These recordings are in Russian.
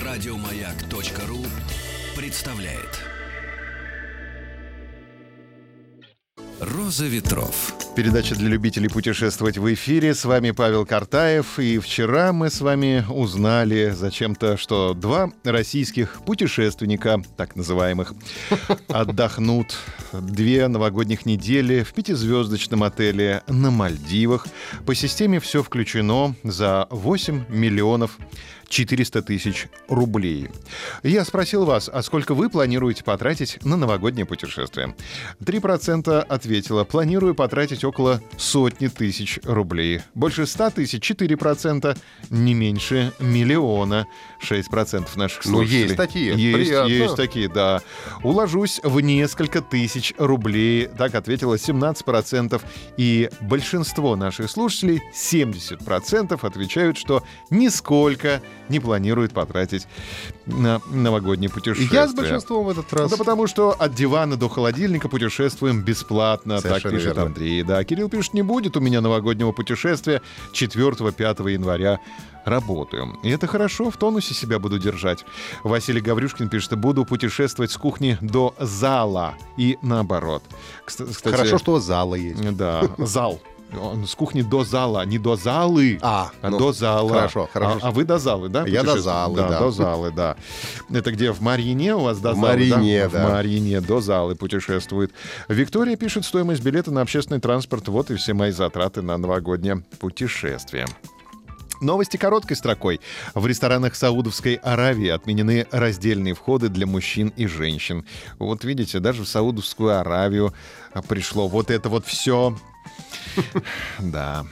Радиомаяк.ру представляет «Роза ветров». Передача для любителей путешествовать в эфире. С вами Павел Картаев. И вчера мы с вами узнали зачем-то, что два российских путешественника, так называемых, отдохнут 2 новогодних недели в 5-звездочном отеле на Мальдивах. По системе «Все включено» за 8 миллионов 400 тысяч рублей. Я спросил вас, а сколько вы планируете потратить на новогоднее путешествие? 3% ответило: планирую потратить около 100 тысяч рублей. Больше 100 тысяч — 4%, не меньше миллиона. 6% наших слушателей. Есть такие. Есть такие, да. Уложусь в несколько тысяч рублей. Так ответило 17%. И большинство наших слушателей, 70%, отвечают, что нисколько не планирует потратить на новогоднее путешествие. Я с большинством в этот раз. Да потому что от дивана до холодильника путешествуем бесплатно. Совершенно так пишет верно. Андрей. Да, Кирилл пишет: не будет у меня новогоднего путешествия 4-5 января. Работаю. И это хорошо, в тонусе себя буду держать. Василий Гаврюшкин пишет: буду путешествовать с кухни до зала и наоборот. Кстати, Хорошо, что зала есть. да, зал. С кухни до зала, не до залы, до зала. Хорошо. А вы до залы, да? Я до путешествуете? залы, да. До залы, да. Это где, в Марине у вас до залы? Марине, да. В Марине до залы путешествует. Виктория пишет: стоимость билета на общественный транспорт. Вот и все мои затраты на новогоднее путешествие. Новости короткой строкой. В ресторанах Саудовской Аравии отменены раздельные входы для мужчин и женщин. Вот видите, даже в Саудовскую Аравию пришло вот это вот все. Да.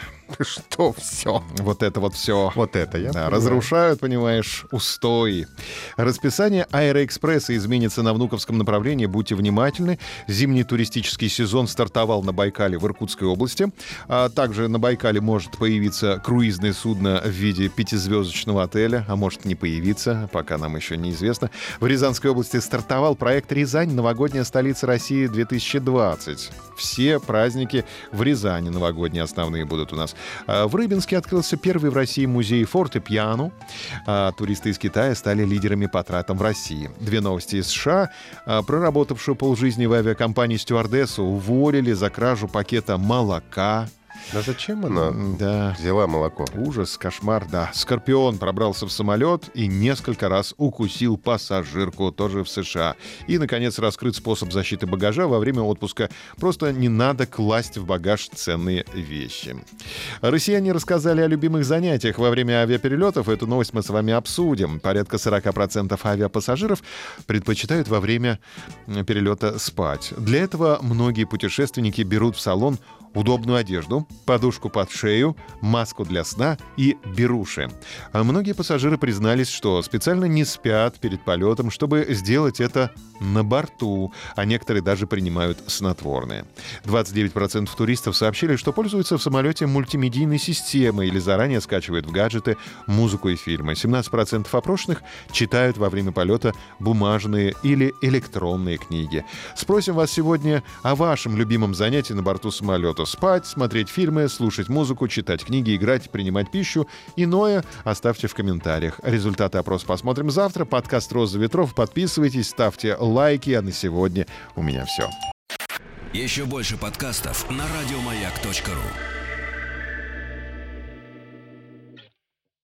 Что все? Вот это вот все. Вот это я понимаю. Разрушают, понимаешь, устои. Расписание Аэроэкспресса изменится на Внуковском направлении. Будьте внимательны. Зимний туристический сезон стартовал на Байкале в Иркутской области. А также на Байкале может появиться круизное судно в виде 5-звездочного отеля. А может не появиться, пока нам еще неизвестно. В Рязанской области стартовал проект «Рязань. Новогодняя столица России 2020». Все праздники в Рязани новогодние основные будут у нас. В Рыбинске открылся первый в России музей фортепиано. Туристы из Китая стали лидерами по тратам в России. 2 новости из США. Проработавшую полжизни в авиакомпании стюардессу уволили за кражу пакета молока. Да зачем она взяла молоко? Ужас, кошмар, да. Скорпион пробрался в самолет и несколько раз укусил пассажирку, тоже в США. И, наконец, раскрыт способ защиты багажа во время отпуска. Просто не надо класть в багаж ценные вещи. Россияне рассказали о любимых занятиях во время авиаперелетов. Эту новость мы с вами обсудим. Порядка 40% авиапассажиров предпочитают во время перелета спать. Для этого многие путешественники берут в салон удобную одежду, подушку под шею, маску для сна и беруши. А многие пассажиры признались, что специально не спят перед полетом, чтобы сделать это на борту, а некоторые даже принимают снотворные. 29% туристов сообщили, что пользуются в самолете мультимедийной системой или заранее скачивают в гаджеты музыку и фильмы. 17% опрошенных читают во время полета бумажные или электронные книги. Спросим вас сегодня о вашем любимом занятии на борту самолета. Спать, смотреть фильмы, слушать музыку, читать книги, играть, принимать пищу. Иное оставьте в комментариях. Результаты опроса посмотрим завтра. Подкаст «Роза ветров». Подписывайтесь, ставьте лайки. А на сегодня у меня все. Еще больше подкастов на радиомаяк.ру.